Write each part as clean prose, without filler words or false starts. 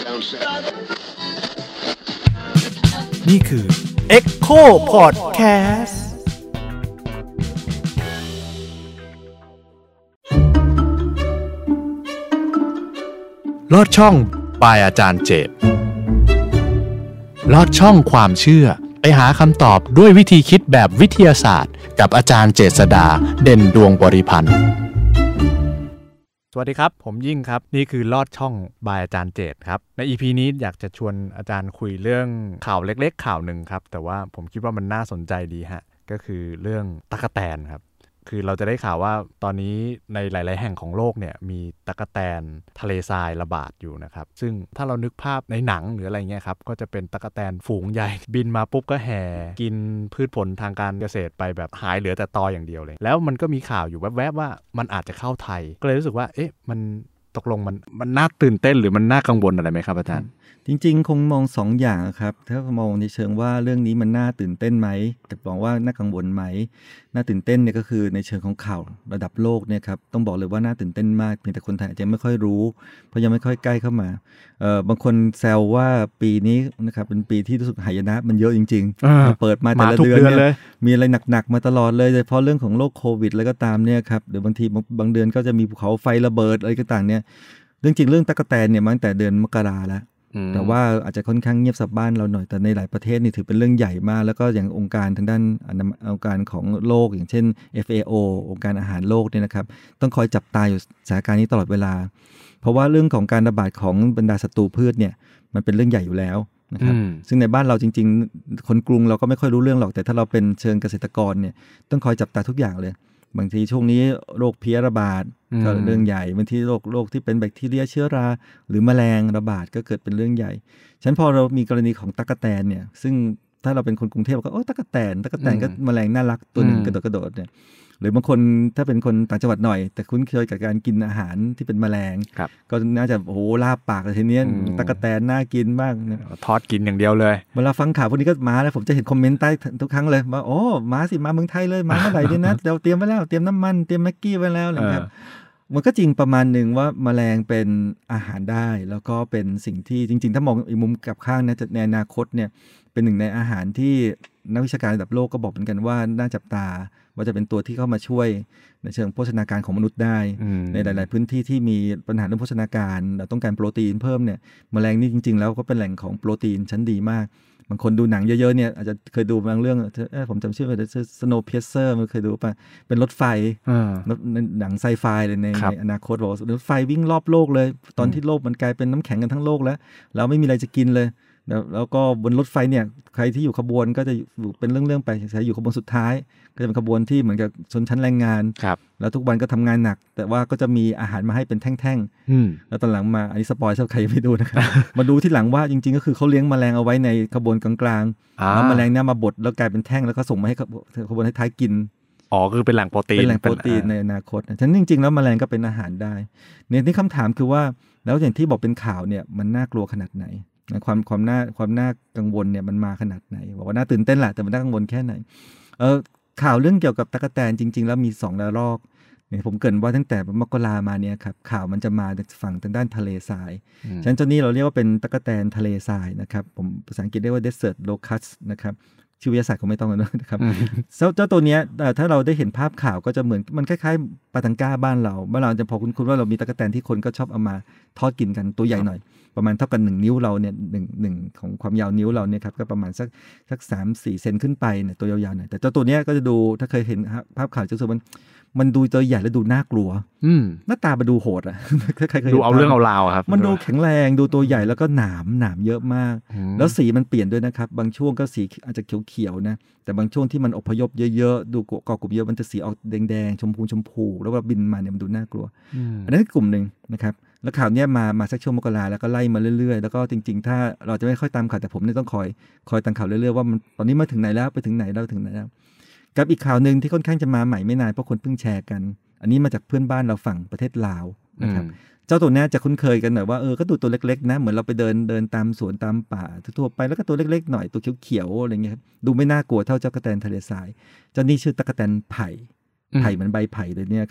นี่คือ Echo Podcastลอดช่องบายอาจารย์เจตลอดช่องความเชื่อไปหาคำตอบด้วยวิธีคิดแบบวิทยาศาสตร์กับอาจารย์เจษฎาเด่นดวงบริพันธ์สวัสดีครับผมยิ่งครับนี่คือลอดช่องบายอาจารย์เจตครับใน EP นี้อยากจะชวนอาจารย์คุยเรื่องข่าวเล็กๆข่าวหนึ่งครับแต่ว่าผมคิดว่ามันน่าสนใจดีฮะก็คือเรื่องตั๊กแตนครับคือเราจะได้ข่าวว่าตอนนี้ในหลายๆแห่งของโลกเนี่ยมีตั๊กแตนทะเลทรายระบาดอยู่นะครับซึ่งถ้าเรานึกภาพในหนังหรืออะไรเงี้ยครับก็จะเป็นตั๊กแตนฝูงใหญ่บินมาปุ๊บก็แห่กินพืชผลทางการเกษตรไปแบบหายเหลือแต่ตออย่างเดียวเลยแล้วมันก็มีข่าวอยู่แวบๆว่ามันอาจจะเข้าไทยก็เลยรู้สึกว่าเอ๊ะมันตกลงมันน่าตื่นเต้นหรือมันน่ากังวลอะไรไหมครับอาจารย์จริงๆคงมอง2 อย่างครับถ้ามองในเชิงว่าเรื่องนี้มันน่าตื่นเต้นไหมกับมองว่าน่ากังวลไหมน่าตื่นเต้นเนี่ยก็คือในเชิงของข่าวระดับโลกเนี่ยครับต้องบอกเลยว่าน่าตื่นเต้นมากเพียงแต่คนไทยอาจจะไม่ค่อยรู้เพราะยังไม่ค่อยใกล้เข้ามาบางคนแซวว่าปีนี้นะครับเป็นปีที่รู้สึกหายนะมันเยอะจริงๆเปิดมาแต่ละเดือนเนี่ยมีอะไรหนักๆมาตลอดเลยโดยเฉพาะเรื่องของโรคโควิดอะไรก็ตามเนี่ยครับหรือบางทีบางเดือนก็จะมีภูเขาไฟระเบิดอะไรต่างๆเนี่ยเรื่องจริงเรื่องตั๊กแตนเนี่ยมาตั้งแต่เดือนมกราแล้วแต่ว่าอาจจะค่อนข้างเงียบสับบ้านเราหน่อยแต่ในหลายประเทศนี่ถือเป็นเรื่องใหญ่มากแล้วก็อย่างองค์การทางด้านองค์การของโลกอย่างเช่น FAO องค์การอาหารโลกเนี่ยนะครับต้องคอยจับตาอยู่สถานการณ์นี้ตลอดเวลาเพราะว่าเรื่องของการระบาดของบรรดาศัตรูพืชเนี่ยมันเป็นเรื่องใหญ่อยู่แล้วนะครับซึ่งในบ้านเราจริงๆคนกรุงเราก็ไม่ค่อยรู้เรื่องหรอกแต่ถ้าเราเป็นเชิงเกษตรกรเนี่ยต้องคอยจับตาทุกอย่างเลยบางทีช่วงนี้โรคเพี้ยระบาดก็เรื่องใหญ่บางทีโรคที่เป็นแบคทีเรียเชื้อราหรือแมลงระบาดก็เกิดเป็นเรื่องใหญ่ฉะนั้นพอเรามีกรณีของตั๊กแตนเนี่ยซึ่งถ้าเราเป็นคนกรุงเทพเราก็โอ้ตั๊กแตนก็แมลงน่ารักตัวหนึ่งกระโดดเนี่ยหรือบางคนถ้าเป็นคนต่างจังหวัดหน่อยแต่คุ้นเคยกับการกินอาหารที่เป็นแมลงก็น่าจะโอ้โหลาบปากเลยทีเนี้ยตั๊กแตนน่ากินมากทอดกินอย่างเดียวเลยเวลาฟังข่าวพวกนี้ก็มาแล้วผมจะเห็นคอมเมนต์ใต้ทุกครั้งเลยว่าโอ้มาสิมาเมืองไทยเลยมาเมื่อไหร่ดีนะเราเตรียมไว้แล้วเตรียมน้ำมันเตรียมแม็กกี้ไว้แล้วนะครับมันก็จริงประมาณหนึ่งว่าแมลงเป็นอาหารได้แล้วก็เป็นสิ่งที่จริงๆถ้ามองอีกมุมกับข้างนะในอนาคตเนี่ยเป็นหนึ่งในอาหารที่นักวิชาการระดับโลกก็บอกเหมือนกันว่าน่าจับตาว่าจะเป็นตัวที่เข้ามาช่วยในเชิงโภชนาการของมนุษย์ได้ในหลายๆพื้นที่ที่มีปัญหาเรื่องโภชนาการเราต้องการโปรตีนเพิ่มเนี่ยแมลงนี่จริงๆแล้วก็เป็นแหล่งของโปรตีนชั้นดีมากบางคนดูหนังเยอะๆเนี่ยอาจจะเคยดูบางเรื่องผมจำชื่อไม่ได้ Snowpiercer มันเคยดูป่ะเป็นรถไฟหนังไซไฟเลยในอนาคตบอกรถไฟวิ่งรอบโลกเลยตอนที่โลกมันกลายเป็นน้ำแข็งกันทั้งโลกแล้วไม่มีอะไรจะกินเลยแล้วก็บนรถไฟเนี่ยใครที่อยู่ขบวนก็จะเป็นเรื่องๆไปใช้อยู่ขบวนสุดท้ายก็จะเป็นขบวนที่เหมือนกับชนชั้นแรงงานแล้วทุกวันก็ทำงานหนักแต่ว่าก็จะมีอาหารมาให้เป็นแท่งๆแล้วตอนหลังมาอันนี้สปอยล์ถ้าใครไม่ดูนะครับ มาดูที่หลังว่าจริงๆก็คือเขาเลี้ยงแมลงเอาไว้ในขบวนกลางๆแล้วแมลงเนี่ยมาบดแล้วกลายเป็นแท่งแล้วก็ส่งมาให้ขบวนท้ายๆกินคือเป็นแหล่งโปรตีนในอนาคตฉะนั้นจริงๆแล้วแมลงก็เป็นอาหารได้เนี่ยที่คำถามคือว่าแล้วอย่างที่บอกเป็นข่าวเนี่ยมันน่ากลัวขนาดไหนความน่ากังวลเนี่ยมันมาขนาดไหนบอกว่าน่าตื่นเต้นแหละแต่มันน่ากังวลแค่ไหนข่าวเรื่องเกี่ยวกับตั๊กแตนจริงๆแล้วมี2 ระลอกเนี่ยผมเกริ่นว่าตั้งแต่มกรามาเนี่ยครับข่าวมันจะมาฝั่งทางด้านทะเลทรายฉะนั้นเจ้านี้เราเรียกว่าเป็นตั๊กแตนทะเลทรายนะครับผมภาษาอังกฤษเรียกว่า desert locust นะครับชื่อวิทยาศาสตร์คงไม่ต้องแล้วนะครับเจ้าตัวเนี้ยถ้าเราได้เห็นภาพข่าวก็จะเหมือนมันคล้ายๆปาตังก้าบ้านเราจะพอคุ้นๆว่าเรามีตั๊กแตนที่คนก็ชอบเอามาทอดกินกันตัวใหญ่หน่อยประมาณเท่ากัน1 นิ้วเราเนี่ยหนึ่งของความยาวนิ้วเราเนี่ยครับก็ประมาณสัก 3-4 เซนขึ้นไปเนี่ยตัวยาวๆหน่อยแต่เจ้าตัวเนี้ยก็จะดูถ้าเคยเห็นภาพข่าวจะรู้สึกมันดูตัวใหญ่และดูน่ากลัวหน้าตามันดูโหดอ่ะดูเอาเรื่องเอาราวครับมันดูแข็งแรงดูตัวใหญ่แล้วก็หนามเยอะมากแล้วสีมันเปลี่ยนด้วยนะครับบางช่วงก็สีอาจจะเขียวๆนะแต่บางช่วงที่มันอพยพเยอะๆดูเกาะกลุ่มเยอะมันจะสีออกแดงๆชมพูแล้วก็บินมาเนี่ยมันดูน่ากลัวอันนั้นกลุ่มนึงนะครับแล้วข่าวเนี้ยมาสักช่วงมกราแล้วก็ไล่มาเรื่อยๆแล้วก็จริงๆถ้าเราจะไม่ค่อยตามข่าวแต่ผมเนี่ยต้องคอยตามข่าวเรื่อยๆว่ามันตอนนี้มาถึงไหนแล้วไปถึงไหนแล้วกับอีกข่าวนึงที่ค่อนข้างจะมาใหม่ไม่นานเพราะคนเพิ่งแชร์กันอันนี้มาจากเพื่อนบ้านเราฝั่งประเทศลาวนะครับเจ้าตัวนี้จะคุ้นเคยกันหน่อยว่าก็ดูตัวเล็กๆนะเหมือนเราไปเดินตามสวนตามป่าทั่วไปแล้วก็ตัวเล็กๆหน่อยตัวเขียวๆอะไรเงี้ยดูไม่น่ากลัวเท่าตั๊กแตนทะเลทรายเจ้านี่ชื่อตั๊กแตนไผ่เหมือนใบไผ่เลยเนี่ยครับ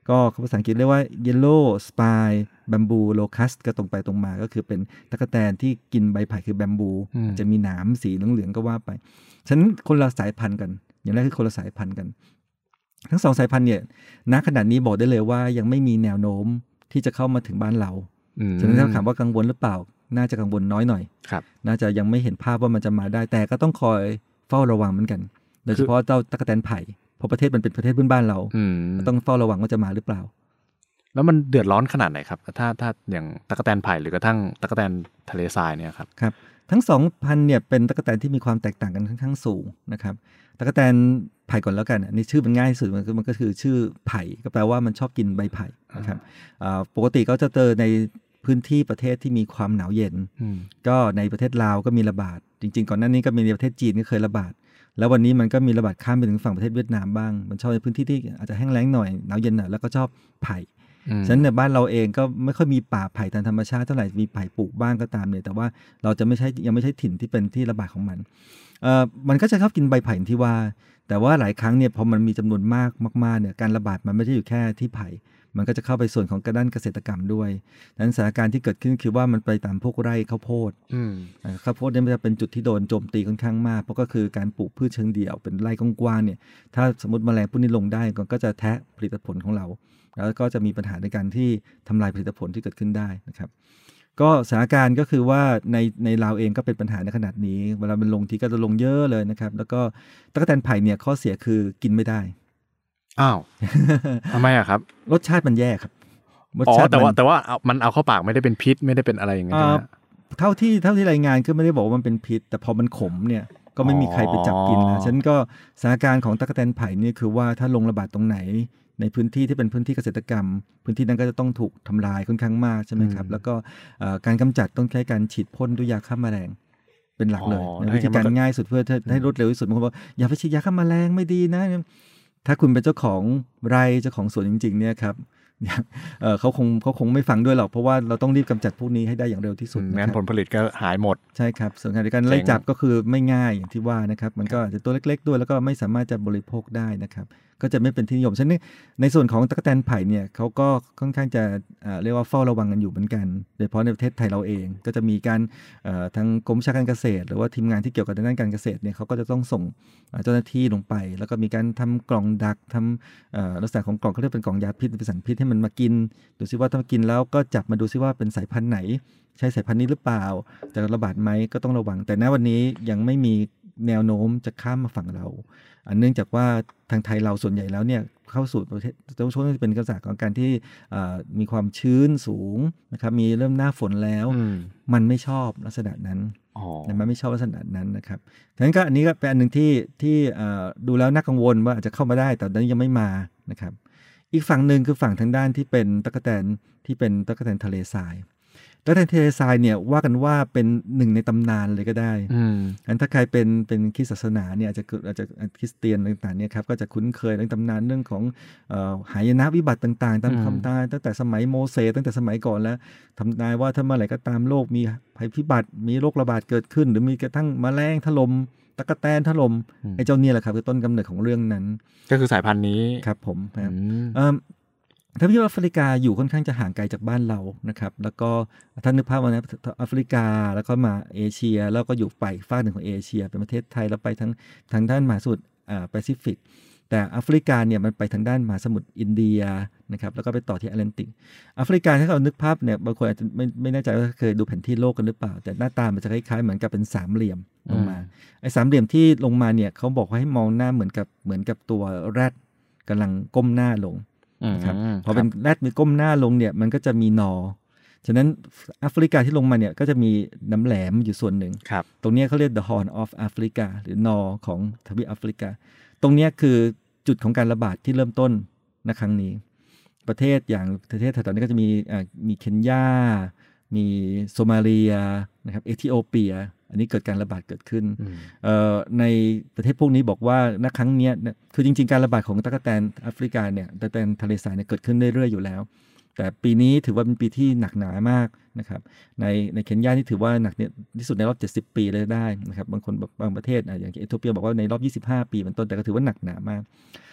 ก็ภาษาอังกฤษเรียกว่า Yellow Spine Bamboo Locust ก็ตรงไปตรงมาก็คือเป็นตั๊กแตนที่กินใบไผ่คือแบมบูจะมีหนามสีเหลืองๆก็ว่าไปฉะนั้นคนละสายพันธุ์กันอย่างแรกคือคนละสายพันธุ์กันทั้ง2สายพันธุ์เนี่ยณขณะนี้บอกได้เลยว่ายังไม่มีแนวโน้มที่จะเข้ามาถึงบ้านเราฉะนั้นถ้าถามว่ากังวลหรือเปล่าน่าจะกังวลน้อยหน่อยน่าจะยังไม่เห็นภาพว่ามันจะมาได้แต่ก็ต้องคอยเฝ้าระวังเหมือนกันโดยเฉพาะเจ้าตั๊กแตนไผ่เพราะประเทศมันเป็นประเทศเพื่อนบ้านเราต้องเฝ้าระวังว่าจะมาหรือเปล่าแล้วมันเดือดร้อนขนาดไหนครับถ้าอย่างตั๊กแตนไผ่หรือกระทั่งตั๊กแตนทะเลทรายเนี่ยครับครับทั้ง2 พันธุ์เนี่ยเป็นตั๊กแตนที่มีความแตกต่างกันค่อนข้างสูงนะครับตั๊กแตนไผ่ก่อนแล้วกันนี่ชื่อมันง่ายสุดมันก็คือชื่อไผ่ก็แปลว่ามันชอบกินใบไผ่นะครับปกติก็จะเจอในพื้นที่ประเทศที่มีความหนาวเย็นก็ในประเทศลาวก็มีระบาดจริงๆก่อนหน้านี้ก็มีในประเทศจีนก็เคยระบาดแล้ววันนี้มันก็มีระบาดข้ามไปถึงฝั่งประเทศเวียดนามบ้างมันชอบในพื้นที่ที่อาจจะแห้งแล้งหน่อยหนาวเย็นหน่อยแล้วก็ชอบไผ่ฉะนั้นในบ้านเราเองก็ไม่ค่อยมีป่าไผ่ตามธรรมชาติเท่าไหร่มีไผ่ปลูกบ้างก็ตามเนี่ยแต่ว่าเราจะยังไม่ใช่ถิ่นที่เป็นที่ระบาดของมันก็จะชอบกินใบไผ่ที่ว่าแต่ว่าหลายครั้งเนี่ยพอมันมีจำนวนมากเนี่ยการระบาดมันไม่ได้อยู่แค่ที่ไผ่มันก็จะเข้าไปส่วนของด้านเกษตรกรรมด้วยดังนั้นสถานการณ์ที่เกิดขึ้นคือว่ามันไปตามพวกไร่ข้าวโพดข้าวโพดเนี่ยมันจะเป็นจุดที่โดนโจมตีค่อนข้างมากเพราะก็คือการปลูกพืชเชิงเดี่ยวเป็นไร่กว้างๆเนี่ยถ้าสมมติแมลงพวกนี้ลงได้ก็จะแทะผลิตผลของเราแล้วก็จะมีปัญหาในการที่ทำลายผลิตผลที่เกิดขึ้นได้นะครับก็สถานการณ์ก็คือว่าในลาวเองก็เป็นปัญหาในขนาดนี้เวลามันลงทีก็จะลงเยอะเลยนะครับแล้วก็ตั๊กแตนไผ่เนี่ยข้อเสียคือกินไม่ได้อ้าวทำไมอะครับรสชาติมันแย่ครับแต่ว่ามันเอาเข้าปากไม่ได้เป็นพิษไม่ได้เป็นอะไรอย่างเงี้ยเท่าที่รายงานก็ไม่ได้บอกว่ามันเป็นพิษแต่พอมันขมเนี่ยก็ไม่มีใครไปจับกินนะฉะนั้นก็สถานการณ์ของตั๊กแตนไผ่นี่คือว่าถ้าลงระบาดตรงไหนในพื้นที่ที่เป็นพื้นที่เกษตรกรรมพื้นที่นั้นก็จะต้องถูกทำลายค่อนข้างมากใช่ไหมครับแล้วก็การกำจัดต้องใช้การฉีดพ่นด้วยยาฆ่าแมลงเป็นหลักเลยวิธีการง่ายสุดเพื่อให้รวดเร็วที่สุดบางคนบอกอย่าไปฉีดยาฆ่าแมลงไม่ดีนะถ้าคุณเป็นเจ้าของไร่เจ้าของสวนจริงๆเนี่ยครับเขาคงไม่ฟังด้วยหรอกเพราะว่าเราต้องรีบกำจัดพวกนี้ให้ได้อย่างเร็วที่สุดงั้นผลผลิตก็หายหมดใช่ครับส่วนการไล่จับก็คือไม่ง่ายอย่างที่ว่านะครับมันก็อาจจะตัวเล็กๆด้วยแล้วก็ไม่สามารถจะบริโภคได้นะครับก็จะไม่เป็นที่นิยมฉะนั้นในส่วนของตั๊กแตนไผ่เนี่ยเขาก็ค่อนข้างจะเรียกว่าเฝ้าระวังกันอยู่เหมือนกันโดยเฉพาะในประเทศไทยเราเองก็จะมีการทางกรมวิชาการเกษตรหรือว่าทีมงานที่เกี่ยวกับด้านการเกษตรเนี่ยเขาก็จะต้องส่งเจ้าหน้าที่ลงไปแล้วก็มีการทำกล่องดักทำลักษณะของกล่องเขาเรียกเป็นกล่องยาพิษเป็นสารพิษให้มันมากินดูซิว่าถ้ามากินแล้วก็จับมาดูซิว่าเป็นสายพันธุ์ไหนใช่สายพันธุ์นี้หรือเปล่าจะระบาดไหมก็ต้องระวังแต่ณวันนี้ยังไม่มีแนวโน้มจะข้ามมาฝั่งเราเนื่องจากว่าทางไทยเราส่วนใหญ่แล้วเนี่ยเข้าสู่ประเทศช่วงนี้เป็นกระแสของการที่มีความชื้นสูงนะครับมีเริ่มหน้าฝนแล้วมันไม่ชอบลักษณะนั้นมันไม่ชอบลักษณะนั้นนะครับฉะนั้นก็อันนี้ก็เป็นอันหนึ่งที่ดูแล้วน่ากังวลว่าอาจจะเข้ามาได้แต่ตอนนี้ยังไม่มานะครับอีกฝั่งหนึ่งคือฝั่งทางด้านที่เป็นตั๊กแตนที่เป็นตั๊กแตนทะเลทรายตั๊กแตนทะเลทรายเนี่ยว่ากันว่าเป็นหนึ่งในตำนานเลยก็ได้อันถ้าใครเป็นคริสต์ศาสนาเนี่ยอาจจะคริสเตียนต่างๆเนี่ยครับก็จะคุ้นเคยเรื่องตำนานเรื่องของหายนะวิบัติต่างๆตามคำทำนายตั้งแต่สมัยโมเสสตั้งแต่สมัยก่อนแล้วทำนายว่าถ้าเมื่อไหร่ก็ตามโลกมีภัยพิบัติมีโรคระบาดเกิดขึ้นหรือมีกระทั่งแมลงถล่มตั๊กแตนถล่มไอ้เจ้าเนี่ยแหละครับคือต้นกำเนิดของเรื่องนั้นก็คือสายพันธุ์นี้ครับผมทวีปแอฟริกาอยู่ค่อนข้างจะห่างไกลจากบ้านเรานะครับแล้วก็ท่านนึกภาพว่านะแอฟริกาแล้วก็มาเอเชียแล้วก็อยู่ไปฝั่งหนึ่งของเอเชียเป็นประเทศไทยแล้วไปทางด้านมหาสมุทรแปซิฟิกแต่แอฟริกาเนี่ยมันไปทางด้านมหาสมุทรอินเดียนะครับแล้วก็ไปต่อที่แอตแลนติกแอฟริกาถ้าเรานึกภาพเนี่ยบางคนอาจจะไม่แน่ใจว่าเคยดูแผนที่โลกกันหรือเปล่าแต่หน้าตามันจะคล้ายๆเหมือนกับเป็นสามเหลี่ยมลงมาไอ้สามเหลี่ยมที่ลงมาเนี่ยเขาบอกว่าให้มองหน้าเหมือนกับตัวแรดกำลังก้มหน้าลงนะครับพอเป็นแรดมีก้มหน้าลงเนี่ยมันก็จะมีนอฉะนั้นแอฟริกาที่ลงมาเนี่ยก็จะมีน้ำแหลมอยู่ส่วนหนึ่งตรงนี้เขาเรียก the horn of Africa หรือนอของทวีปแอฟริกาตรงนี้คือจุดของการระบาดที่เริ่มต้นณครั้งนี้ประเทศอย่างประเทศแถวๆนี้ก็จะมีเคนยามีโซมาเลียนะครับเอธิโอเปียอันนี้เกิดการระบาดเกิดขึ้นในประเทศพวกนี้บอกว่าณครั้งนี้คือจริงๆการระบาดของตั๊กแตนแอฟริกาเนี่ยตั๊กแตนทะเลทรายเนี่ยเกิดขึ้นเรื่อยๆอยู่แล้วแต่ปีนี้ถือว่าเป็นปีที่หนักหนามากนะครับในเคนยานี่ถือว่าหนักที่สุดในรอบ70 ปีเลยได้นะครับบางประเทศอย่างเอธิโอเปียบอกว่าในรอบ25 ปีเป็นต้นแต่ก็ถือว่าหนักหนามาก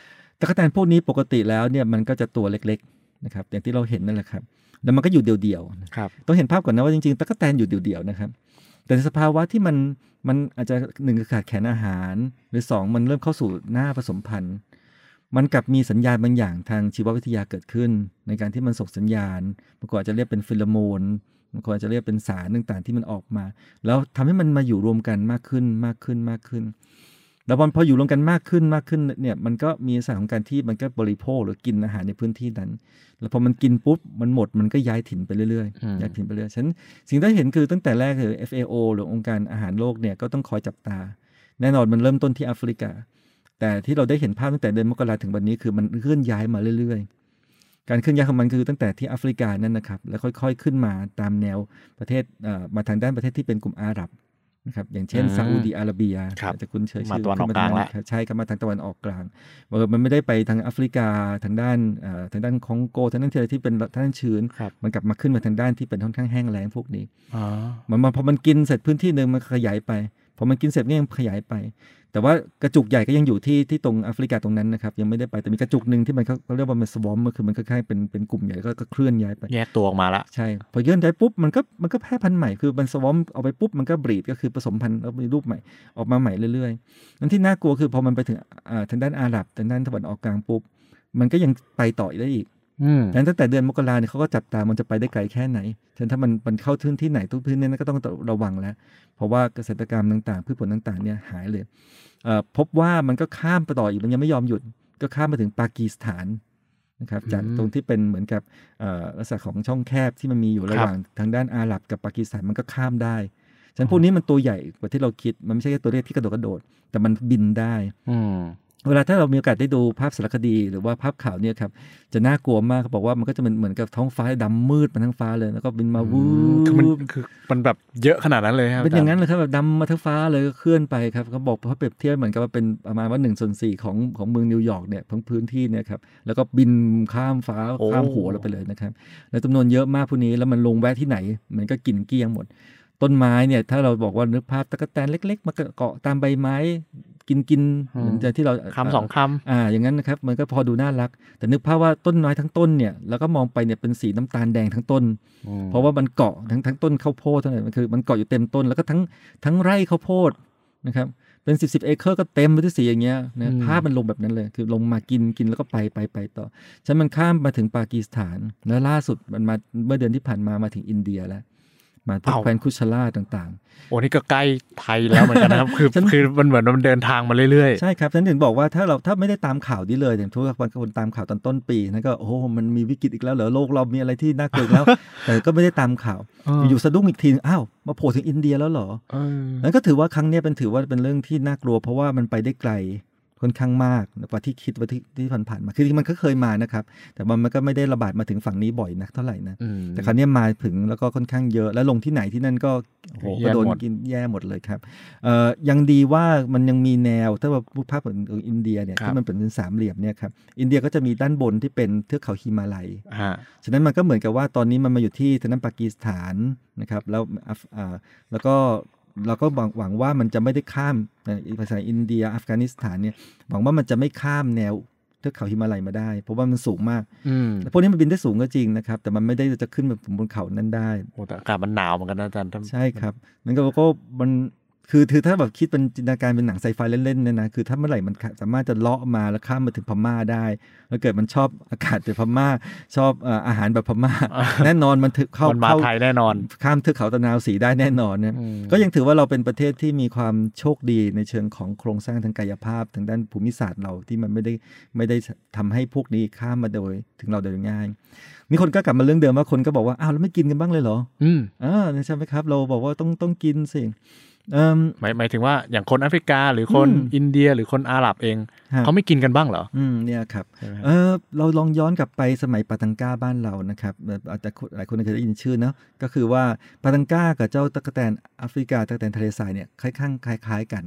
ตั๊กแตนพวกนี้ปกติแล้วเนี่ยมันก็จะตัวเล็กๆนะครับอย่างที่เราเห็นนั่นแหละครับแล้วมันก็อยู่เดี่ยวๆต้องเห็นภาพก่อนนะว่าจริงๆตั๊กแตนอยู่เดี่ยวๆนะครับแต่ในสภาวะที่มันอาจจะ1ขาดแคลนอาหารหรือ2มันเริ่มเข้าสู่หน้าผสมพันธุ์มันกลับมีสัญญาณบางอย่างทางชีววิทยาเกิดขึ้นในการที่มันส่งสัญญาณบางคนอาจจะเรียกเป็นฟีโรโมนบางคนอาจจะเรียกเป็นสารต่างๆที่มันออกมาแล้วทำให้มันมาอยู่รวมกันมากขึ้นแล้วพออยู่รวมกันมากขึ้นเนี่ยมันก็มีลักษณะของการที่มันก็บริโภคหรือกินอาหารในพื้นที่นั้นแล้วพอมันกินปุ๊บมันหมดมันก็ย้ายถิ่นไปเรื่อยๆย้ายถิ่นไปเรื่อยฉะนั้นสิ่งที่เห็นคือตั้งแต่แรกคือ FAO หรือองค์การอาหารโลกเนี่ยก็ต้องคอยจับตาแน่นอนมันเริ่มต้นที่แอฟริกาแต่ที่เราได้เห็นภาพตั้งแต่เดือนมกราถึงวันนี้คือมันเคลื่อนย้ายมาเรื่อยๆการเคลื่อนย้ายของมันคือตั้งแต่ที่แอฟริกานั่นนะครับแล้วค่อยๆขึ้นมาตามแนวประเทศมาทางด้านประเทศที่เป็นกลุ่มอาหรับนะครับอย่างเช่นซาอุดีอาระเบียจะคุ้นเคยชื่อขึ้นมาทางนั้นใช่ครับมาทางตะวันออกกลางมันไม่ได้ไปทางแอฟริกาทางด้านคองโกทางด้านที่เป็นทางด้านชื้นมันกลับมาขึ้นมาทางด้านที่เป็นค่อนข้างแห้งแล้งพวกนี้พอมันกินเสร็จพื้นที่นึงมันขยายไปพอมันกินเสร็จก็ยังขยายไปแต่ว่ากระจุกใหญ่ก็ยังอยู่ที่ตรงแอฟริกาตรงนั้นนะครับยังไม่ได้ไปแต่มีกระจุกนึงที่มันเขาเรียกว่ามันสวอมก็คือมันคล้ายๆเป็นกลุ่มใหญ่ก็เคลื่อนย้ายไปแยกตัวออกมาละใช่พอเคลื่อนย้ายปุ๊บมันก็แพร่พันธุ์ใหม่คือมันสวอมเอาไปปุ๊บมันก็บรีดก็คือผสมพันธุ์แล้วมีรูปใหม่ออกมาใหม่เรื่อยๆนั่นที่น่ากลัวคือพอมันไปถึงทางด้านอาหรับทางด้านตะวันออกกลางปุ๊บมันก็ยังไปต่อได้อีกตั้งแต่เดือนมกราเนี่ยเขาก็จับตามันจะไปได้ไกลแค่ไหนฉะนั้นถ้ามันเข้าพื้นที่ไหนทุกพื้นที่นั้นก็ต้องระวังแล้วเพราะว่าเกษตรกรรมต่างๆพืชผลต่างๆเนี่ยหายเลยพบว่ามันก็ข้ามไปต่ออีกมันยังไม่ยอมหยุดก็ข้ามมาถึงปากีสถานนะครับจากตรงที่เป็นเหมือนกับลักษณะของช่องแคบที่มันมีอยู่ระหว่างทางด้านอาหรับกับปากีสถานมันก็ข้ามได้ฉะนั้นพวกนี้มันตัวใหญ่กว่าที่เราคิดมันไม่ใช่แค่ตัวเล็กที่กระโดดแต่มันบินได้เวลาถ้าเรามีโอกาสได้ดูภาพสารคดีหรือว่าภาพข่าวเนี่ยครับจะน่ากลัวมากเขาบอกว่ามันก็จะเหมือนกับท้องฟ้าดำมืดมาทั้งฟ้าเลยแล้วก็บินมาวูบคือมันแบบเยอะขนาดนั้นเลยครับเป็นอย่างนั้นเลยครับแบบดำมาทั้งฟ้าเลยก็เคลื่อนไปครับเขาบอกเขาเปรียบเทียบเหมือนกับว่าเป็นประมาณว่า1/4ของเมืองนิวยอร์กเนี่ยทั้งพื้นที่เนี่ยครับแล้วก็บินข้ามฟ้าข้ามหัวเราไปเลยนะครับแล้วจำนวนเยอะมากพวกนี้แล้วมันลงแวะที่ไหนมันก็กินเกลี้ยงหมดต้นไม้เนี่ยถ้าเราบอกว่านึกภาพตั๊กแตนเล็กๆมาเกาะตามใบไม้กินเหมือนที่เราคำ2 คำอย่างนั้นนะครับมันก็พอดูน่ารักแต่นึกภาพว่าต้นไม้ทั้งต้นเนี่ยแล้วก็มองไปเนี่ยเป็นสีน้ำตาลแดงทั้งต้นเพราะว่ามันเกาะทั้งต้นข้าวโพดเท่านั้นคือมันเกาะอยู่เต็มต้นแล้วก็ทั้งไร่ข้าวโพดนะครับเป็น10 เอเคอร์ก็เต็มไปด้วยสีอย่างเงี้ยนะภาพมันลงแบบนั้นเลยคือลงมากินแล้วก็ไปต่อฉะนั้นมันข้ามมาถึงปากีสถานแล้วล่าสุดมันมาเมื่อเดือนที่ผ่านมาถึงอินเดียแล้วมาพวกแคว้นคุชลาต่างๆโอ้นี่ก็ใกล้ไทยแล้วเหมือนกันนะครับคือมันเหมือนมันเดินทางมาเรื่อยๆใช่ครับฉันถึงบอกว่าถ้าไม่ได้ตามข่าวนี้เลยอย่างทุกคนตามข่าวตอนต้นปีนั่นก็โอ้มันมีวิกฤตอีกแล้วเหรอโลกเรามีอะไรที่น่ากลัวแล้วแต่ก็ไม่ได้ตามข่าวอยู่สะดุ้งอีกทีอ้าวมาโผล่ถึงอินเดียแล้วเหรอนั่นก็ถือว่าครั้งนี้ถือว่าเป็นเรื่องที่น่ากลัวเพราะว่ามันไปได้ไกลค่อนข้างมากกว่าที่คิดว่าที่ผ่านมาคือมันก็เคยมานะครับแต่มันก็ไม่ได้ระบาดมาถึงฝั่งนี้บ่อยนักเท่าไหร่นะแต่คราวนี้มาถึงแล้วก็ค่อนข้างเยอะแล้วลงที่ไหนที่นั่นก็โอ้โหก็โดนกินแย่หมดเลยครับยังดีว่ามันยังมีแนวถ้าว่าภาพของอินเดียเนี่ยที่มันเป็นสามเหลี่ยมเนี่ยครับอินเดียก็จะมีด้านบนที่เป็นเทือกเขาฮิมาลัยฉะนั้นมันก็เหมือนกับว่าตอนนี้มันมาอยู่ที่ทางด้านปากีสถานนะครับแล้วก็เราก็หวังว่ามันจะไม่ได้ข้ามภาษาอินเดียอัฟกานิสถานเนี่ยหวังว่ามันจะไม่ข้ามแนวเทือกเขาฮิมาลัยมาได้เพราะว่ามันสูงมากพวกนี้มันบินได้สูงก็จริงนะครับแต่มันไม่ได้จะขึ้นบนเขานั้นได้โอ้แต่อากาศมันหนาวเหมือนกันนะอาจารย์ใช่ครับนั่นก็มันคือถ้าแบบคิดเป็นจินตนาการเป็นหนังไซไฟเล่นๆเนี่ยนะคือถ้าเมื่อไหร่มันสามารถจะเลาะมาแล้วข้ามมาถึงพม่าได้แล้วเกิดมันชอบอากาศแบบพม่าชอบอาหารแบบพม่าแน่นอนมันเข้าไทยแน่นอนข้ามเทือกเขาตะนาวสีได้แน่นอนนะก็ยังถือว่าเราเป็นประเทศที่มีความโชคดีในเชิงของโครงสร้างทางกายภาพทางด้านภูมิศาสตร์เราที่มันไม่ได้ทำให้พวกนี้ข้ามมาโดยถึงเราโดยง่ายมีคนก็กลับมาเรื่องเดิมว่าคนก็บอกว่าอ้าวแล้วไม่กินกันบ้างเลยเหรอใช่ไหมครับเราบอกว่าต้องกินสิหมายถึงว่าอย่างคนแอฟริกาหรือคนอินเดียหรือคนอาหรับเองเขาไม่กินกันบ้างเหรอเนี่ยครับเราลองย้อนกลับไปสมัยปาตังก้าบ้านเรานะครับอาจจะหลายคนเคยได้ยินชื่อเนาะก็คือว่าปาตังก้ากับเจ้าตั๊กแตนแอฟริกาตั๊กแตนทะเลทรายเนี่ยคล้ายกัน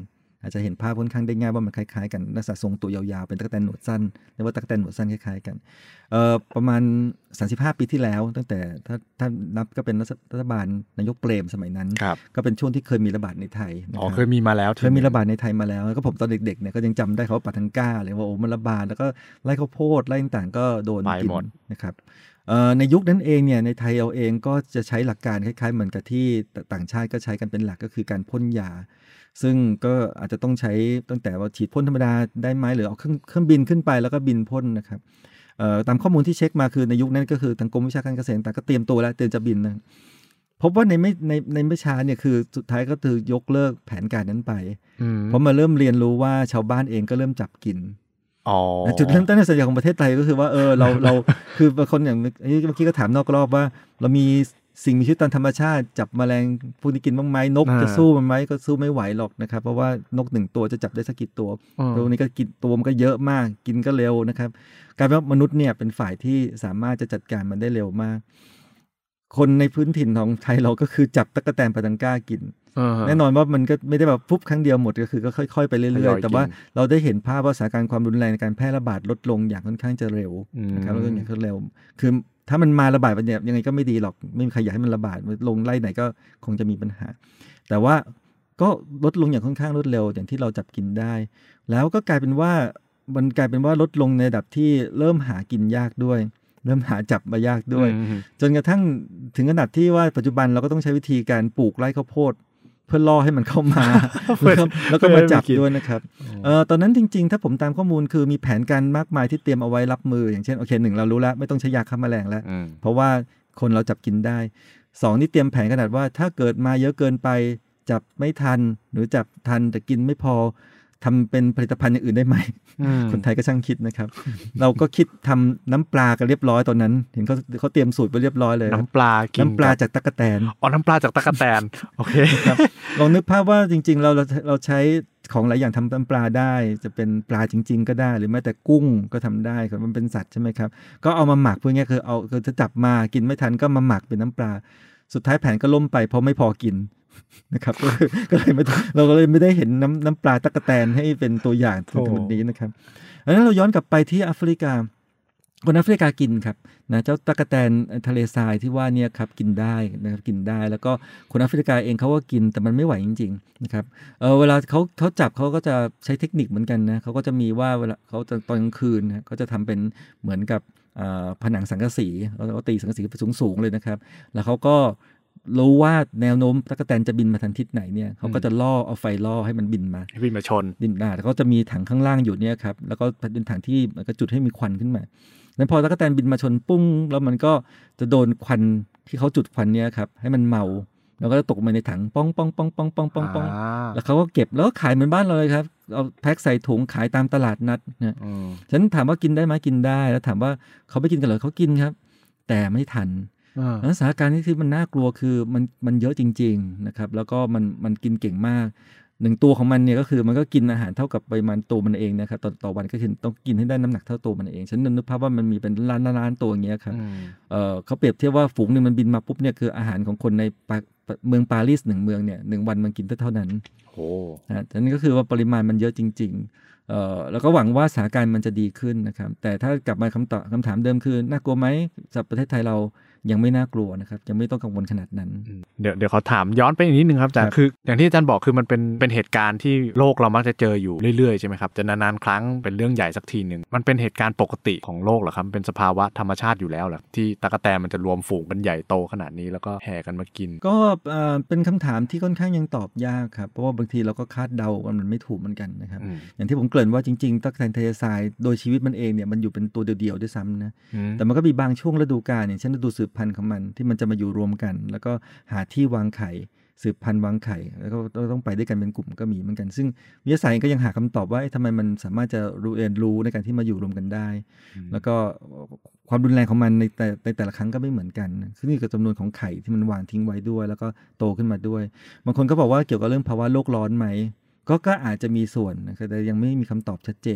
อาจจะเห็นภาพค่อนข้างได้ง่ายว่ามันคล้ายๆกันลักษณะทรงตัวยาวๆเป็นตั๊กแตนหนวดสั้นเรียกว่าตั๊กแตนหนวดสั้นคล้ายๆกันประมาณ35 ปีที่แล้วตั้งแต่ถ้านับก็เป็นรัฐบาลนายกเปรมสมัยนั้นก็เป็นช่วงที่เคยมีระบาดในไทยเคยมีมาแล้วเคยมีระบาดในไทยมาแล้วก็ผมตอนเด็กๆเนี่ยก็ยังจำได้เขาปาทังก้าเลยว่าโอ้มันระบาดแล้วก็ไร่ข้าวโพดไร่ต่างๆก็โดนกินนะครับในยุคนั้นเองเนี่ยในไทยเอาเองก็จะใช้หลักการคล้ายๆเหมือนกับที่ต่างชาติก็ใช้กันเป็นหลักก็คือการพ่นยาซึ่งก็อาจจะต้องใช้ตั้งแต่ว่าฉีดพ่นธรรมดาได้ไหมหรือเอาเครื่องบินขึ้นไปแล้วก็บินพ่นนะครับตามข้อมูลที่เช็คมาคือในยุคนั้นก็คือทางกรมวิชาการเกษตรต่างก็เตรียมตัวแล้วเตรียมจะบินนะพบว่าในไม่ช้าเนี่ยคือสุดท้ายก็คือยกเลิกแผนการนั้นไปเพราะมาเริ่มเรียนรู้ว่าชาวบ้านเองก็เริ่มจับกินจุดเริ่มต้นในสัญญาของประเทศไทยก็คือว่าเราคือบางคนอย่างเมื่อกี้ก็ถามนอกรอบว่าเรามีสิ่งมีชีวิตตามธรรมชาติจับแมลงพวกนี้กินบ้างไหมนกจะสู้มันไหมก็สู้ไม่ไหวหรอกนะครับเพราะว่านก1 ตัวจะจับได้สักกี่ตัวตัวนี้ก็กินตัวมันก็เยอะมากกินก็เร็วนะครับกลายเป็นว่ามนุษย์เนี่ยเป็นฝ่ายที่สามารถจะจัดการมันได้เร็วมากคนในพื้นถิ่นของไทยเราก็คือจับตั๊กแตนปาทังก้ากินแน่นอนว่ามันก็ไม่ได้แบบปุ๊บครั้งเดียวหมดก็คือก็ค่อยๆไปเรื่อยๆแต่ว่าเราได้เห็นภาพว่าสถานการณ์ความรุนแรงในการแพร่ระบาดลดลงอย่างค่อนข้างจะเร็วนะครับลดลงอย่างเร็วคือถ้ามันมาระบาดไปเนี่ยยังไงก็ไม่ดีหรอกไม่มีใครอยากให้มันระบาดลงไล่ไหนก็คงจะมีปัญหาแต่ว่าก็ลดลงอย่างค่อนข้างรวดเร็วอย่างที่เราจับกินได้แล้วก็กลายเป็นว่ามันกลายเป็นว่าลดลงในระดับที่เริ่มหากินยากด้วยเริ่มหาจับมายากด้วยจนกระทั่งถึงขนาดที่ว่าปัจจุบันเราก็ต้องใช้วิธีการปลูกไร่ข้าวโพดเพื่อล่อให้มันเข้ามา แล้วก็มาจับด้วยนะครับตอนนั้นจริงๆถ้าผมตามข้อมูลคือมีแผนการมากมายที่เตรียมเอาไว้รับมืออย่างเช่นโอเค1เรารู้แล้วไม่ต้องใช้ยาฆ่าแมลงแล้วเพราะว่าคนเราจับกินได้2นี่เตรียมแผนขนาดว่าถ้าเกิดมาเยอะเกินไปจับไม่ทันหรือจับทันแต่กินไม่พอทำเป็นผลิตภัณฑ์อย่างอื่นได้ไหมคนไทยก็ช่างคิดนะครับ เราก็คิดทำน้ำปลากันเรียบร้อยตอนนั้นเห็นเขาเตรียมสูตรไปเรียบร้อยเลยน้ำปลาจากตั๊กแตนน้ำปลาจากตั๊กแตนโอเคครับลองนึกภาพว่าจริงๆเราใช้ของหลายอย่างทำน้ำปลาได้จะเป็นปลาจริงๆก็ได้หรือแม้แต่กุ้งก็ทำได้ครับมันเป็นสัตว์ใช่ไหมครับก็เอามาหมักพวกนี้คือจะจับมากินไม่ทันก็มาหมักเป็นน้ำปลาสุดท้ายแผนก็ล่มไปเพราะไม่พอกินนะครับก็เลยเราก็เลยไม่ได้เห็นน้ำปลาตั๊กแตนให้เป็นตัวอย่างถึงวันนี้นะครับดังนั้นเราย้อนกลับไปที่แอฟริกาคนแอฟริกากินครับนะเจ้าตั๊กแตนทะเลทรายที่ว่าเนี่ยครับกินได้นะครับกินได้แล้วก็คนแอฟริกาเองเขาก็กินแต่มันไม่ไหวจริงๆนะครับเวลาเขาจับเขาก็จะใช้เทคนิคเหมือนกันนะเขาก็จะมีว่าเวลาเขาตอนกลางคืนนะเขาจะทำเป็นเหมือนกับผนังสังกะสีเขาตีสังกะสีสูงๆเลยนะครับแล้วเขาก็รู้ว่าแนวโน้มตั๊กแตนจะบินมาทางทิศไหนเนี่ยเขาก็จะเอาไฟล่อให้มันบินมาชนแต่เขาจะมีถังข้างล่างอยู่เนี่ยครับแล้วก็เป็นถังที่มันก็จุดให้มีควันขึ้นมาแล้วพอตั๊กแตนบินมาชนปุ้งแล้วมันก็จะโดนควันที่เขาจุดควันเนี่ยครับให้มันเมาแล้วก็จะตกมาในถังป้องป้องป้องป้องป้องป้องป้องแล้วเขาก็เก็บแล้วก็ขายเหมือนบ้านเราเลยครับเอาแพ็คใส่ถุงขายตามตลาดนัดนะฉันถามว่ากินได้ไหมกินได้แล้วถามว่าเขาไม่กินกันเหรอเขากินครับแต่ไม่ทันแล้วสถานการณ์นี้ที่มันน่ากลัวคือมันเยอะจริงๆนะครับแล้วก็มันกินเก่งมาก1ตัวของมันเนี่ยก็คือมันก็กินอาหารเท่ากับปริมาณตัวมันเองนะครับต่อวันก็คือต้องกินให้ได้น้ำหนักเท่าตัวมันเองฉันนึกภาพว่ามันมีเป็นล้านตัวอย่างเงี้ยครับเขาเปรียบเทียบว่าฝูงนึงมันบินมาปุ๊บเนี่ยคืออาหารของคนในเมืองปารีส1 เมืองเนี่ย1 วันมันกินเท่านั้นโอ้อันนี้ก็คือว่าปริมาณมันเยอะจริงๆแล้วก็หวังว่าสถานการณ์มันจะดีขึ้นนะครับแต่ถ้ากลับมาคำถามเดิมคือน่ากลัวไหมสำหรับประเทศไทยเรายังไม่น่ากลัวนะครับยังไม่ต้องกังวลขนาดนั้นเดี๋ยวเขาถามย้อนไปอีกนิดนึงครับอาจารย์คืออย่างที่อาจารย์บอกคือมันเป็นเหตุการณ์ที่โลกเรามักจะเจออยู่เรื่อยๆใช่ไหมครับจะนานๆครั้งเป็นเรื่องใหญ่สักทีนึงมันเป็นเหตุการณ์ปกติของโลกเหรอครับเป็นสภาวะธรรมชาติอยู่แล้วเหรอที่ตั๊กแตนมันจะรวมฝูงเป็นใหญ่โตขนาดนี้แล้วก็แห่กันมากินก็เป็นคำถามที่ค่อนข้างยังตอบยากครับเพราะว่าบางทีเราก็คาดเดามันไม่ถูกเหมือนกันนะครับอย่างที่ผมเกริ่นว่าจริงๆตั๊กแตนทะเลทรายโดยชีวิตมันเองเนี่ยมันอยู่เป็นตัวเดียวๆด้วยซ้ำนะแต่มันก็มีบางช่วงฤดูกาลอย่างเช่นฤดูสืบพันธุ์ของมันที่มันจะมาอยู่รวมกันแล้วก็หาที่วางไข่สืบพันธุ์วางไข่แล้วก็ต้องไปด้วยกันเป็นกลุ่มก็มีเหมือนกันซึ่งวิทยาศาสตร์ก็ยังหาคำตอบว่าทำไมมันสามารถจะเรียนรู้ในการที่มาอยู่รวมกันได้แล้วก็ความรุนแรงของมันในแต่ละครั้งก็ไม่เหมือนกันซึ่งนี่ก็จำนวนของไข่ที่มันวางทิ้งไว้ด้วยแล้วก็โตขึ้นมาด้วยบางคนก็บอกว่าเกี่ยวกับเรื่องภาวะโลกร้อนไหมก็อาจจะมีส่วนนะครับแต่ยังไม่มีคำตอบชัดเจนนะครับ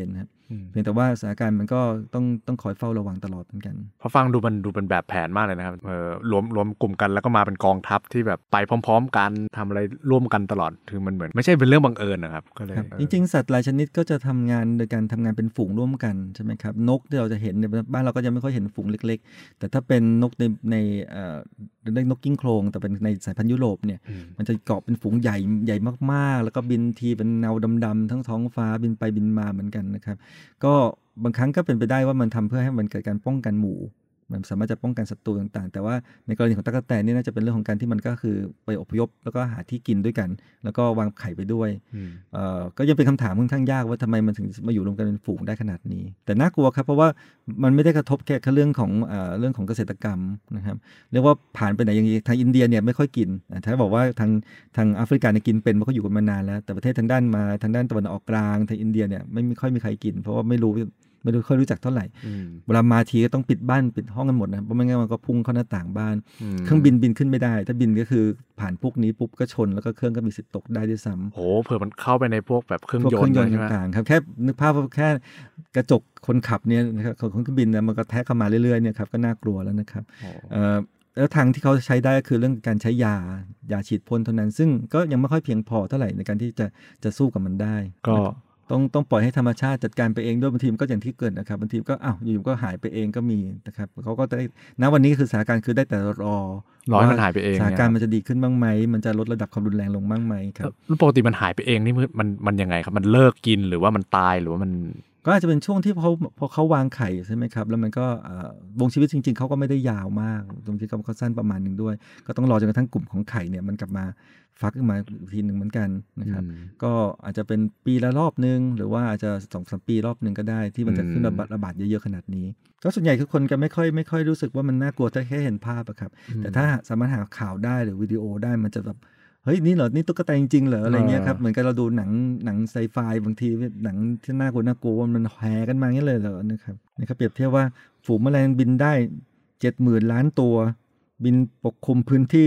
เพียงแต่ว่าสถานการณ์มันก็ต้องคอยเฝ้าระวังตลอดเหมือนกันพอฟังดูเป็นแบบแผนมากเลยนะครับรวมกลุ่มกันแล้วก็มาเป็นกองทัพที่แบบไปพร้อมๆกันทำอะไรร่วมกันตลอดคือมันเหมือนไม่ใช่เป็นเรื่องบังเอิญนะครับก็เลยจริงๆสัตว์หลายชนิดก็จะทำงานโดยการทำงานเป็นฝูงร่วมกันใช่ไหมครับนกที่เราจะเห็นในบ้านเราก็ยังไม่ค่อยเห็นฝูงเล็กๆแต่ถ้าเป็นนกในนกกิ้งโครงแต่เป็นในสายพันธุ์ยุโรปเนี่ยมันจะเกาะเป็นฝูงใหญ่มากๆแล้วก็บินทีเป็นเงาดำๆทั้งท้องฟ้าบินไปบินมาเหมือนกันนะครับก็บางครั้งก็เป็นไปได้ว่ามันทำเพื่อให้มันเกิดการป้องกันหมู่มันสามารถจะป้องกันศัตรูต่างๆแต่ว่าในกรณีของตั๊กแตนนี่น่าจะเป็นเรื่องของการที่มันก็คือไปอพยพแล้วก็หาที่กินด้วยกันแล้วก็วางไข่ไปด้วยก็ยังเป็นคำถามค่อนข้างยากว่าทำไมมันถึงมาอยู่รวมกันเป็นฝูงได้ขนาดนี้แต่น่ากลัวครับเพราะว่ามันไม่ได้กระทบแค่เรื่องของเกษตรกรรมนะครับเรียกว่าผ่านไปไหนอย่างนี้ทางอินเดียเนี่ยไม่ค่อยกินถ้าบอกว่าทางแอฟริกาเนี่ยกินเป็นเพราะเขาอยู่กันมานานแล้วแต่ประเทศทางด้านตะวันออกกลางทางอินเดียเนี่ยไม่ค่อยมีใครกินเพราะว่าไม่ค่อยรู้จักเท่าไหร่เวลามาทีก็ต้องปิดบ้านปิดห้องกันหมดนะเพราะไม่งั้นมันก็พุ่งเข้าหน้าต่างบ้านเครื่องบินขึ้นไม่ได้ถ้าบินก็คือผ่านพวกนี้ปุ๊บก็ชนแล้วก็เครื่องก็มีสิทธิ์ตกได้ด้วยซ้ำโอ้เผื่อมันเข้าไปในพวกแบบเครื่องยนต์ต่างๆครับแค่นึกภาพว่าแค่กระจกคนขับเนี่ยนะครับของเครื่องบินนะมันก็แทะเข้ามาเรื่อยๆเนี่ยครับก็น่ากลัวแล้วนะครับแล้วทางที่เขาใช้ได้ก็คือเรื่องการใช้ยาฉีดพ่นเท่านั้นซึ่งก็ยังไม่ค่อยเพียงพอเท่าไหร่ในการที่จะสู้กับมันได้ก็ต้องปล่อยให้ธรรมชาติจัดการไปเองด้วยบางทีมันก็อย่างที่เกิดนะครับบางทีก็อยู่ๆก็หายไปเองก็มีนะครับเขาก็ได้ณวันนี้คือสถานการณ์คือได้แต่รอให้มันหายไปเองสถานการณ์มันจะดีขึ้นบ้างไหมมันจะลดระดับความรุนแรงลงบ้างไหมครับแล้วปกติมันหายไปเองนี่มันยังไงครับมันเลิกกินหรือว่ามันตายหรือว่ามันก็อาจจะเป็นช่วงที่พอเขาวางไข่ใช่ไหมครับแล้วมันก็วงชีวิตจริงๆเขาก็ไม่ได้ยาวมากบางทีเขาสั้นประมาณนึงด้วยก็ต้องรอจนกระทั่งกลุ่มของไข่เนี่ยมันกลับมาฟักขึ้นมาทีหนึ่งเหมือนกันนะครับก็อาจจะเป็นปีละรอบนึงหรือว่าอาจจะ 2-3 ปีรอบนึงก็ได้ที่มันจะขึ้นระบาดเยอะๆขนาดนี้ก็ส่วนใหญ่คือคนก็ไม่ค่อยรู้สึกว่ามันน่ากลัวถ้าแค่เห็นภาพอะครับแต่ถ้าสามารถหาข่าวได้หรือวิดีโอได้มันจะแบบเฮ้ยนี่เหรอนี่ตุ๊กตาจริงๆเหรออะไรเงี้ยครับเหมือนกับเราดูหนังไซไฟบางทีหนังที่น่ากลัวว่ามันแห่กันมางี้เลยเหรอนะครับเปรียบเทียบว่าฝูงแมลงบินได้ 70,000 ล้านตัวบินปกคลุมพื้นที่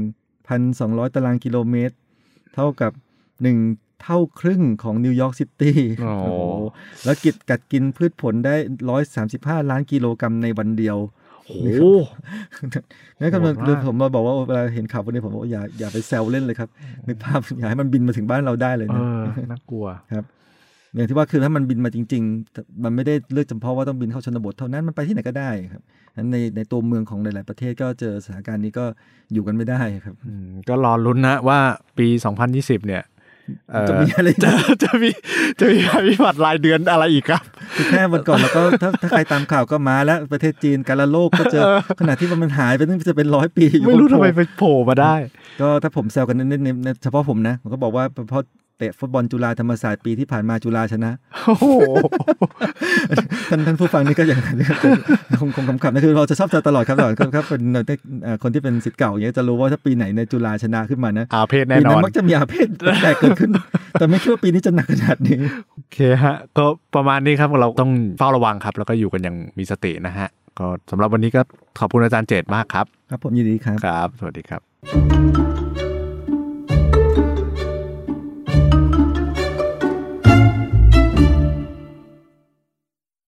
1,200 ตารางกิโลเมตรเท่ากับ1เท่าครึ่งของนิวยอร์กซิตี้แล้วกัดกินพืชผลได้135 ล้านกิโลกรัมในวันเดียวโอ้นั่นก็ผมมาบอกว่าเวลาเห็นข่าวพวกนี้ผมบอกอย่าไปแซวเล่นเลยครับนึกภาพอย่าให้มันบินมาถึงบ้านเราได้เลยนะน่ากลัวครับอย่างที่ว่าคือถ้ามันบินมาจริงๆมันไม่ได้เลือกเฉพาะว่าต้องบินเข้าชนบทเท่านั้นมันไปที่ไหนก็ได้ครับนั้นในตัวเมืองของหลายๆประเทศก็เจอสถานการณ์นี้ก็อยู่กันไม่ได้ครับก็รอลุ้นนะว่าปี2020เนี่ยจะมีอะไรจะมีภัยพิบัติรายเดือนอะไรอีกครับคือแค่วันก่อนแล้วก็ถ้าใครตามข่าวก็มาแล้วประเทศจีนกาฬโรคก็เจอขณะที่มันหายไปตั้งจะเป็น100 ปีไม่รู้ทำไมไปโผล่มาได้ก็ถ้าผมแซวกันนิดๆเฉพาะผมนะผมก็บอกว่าเพราะเตะฟุตบอลจุฬาธรรมศาสตร์ปีที่ผ่านมาจุฬาชนะโอ้โหท่านผู้ฟังนี่ก็อย่างนั้นคงขำๆนะคือเราจะชอบเจอตลอดครับเป็นคนที่เป็นศิษย์เก่าอย่างเงี้ยจะรู้ว่าถ้าปีไหนในจุฬาชนะขึ้นมานะอาเพศแน่นอนปีนั้นมักจะมีอาเพศแตกเกิดขึ้นแต่ไม่คิดว่าปีนี้จะหนักขนาดนี้โอเคฮะก็ประมาณนี้ครับเราต้องเฝ้าระวังครับแล้วก็อยู่กันอย่างมีสตินะฮะก็สำหรับวันนี้ก็ขอบคุณอาจารย์เจตมากครับครับผมยินดีครับครับสวัสดีครับ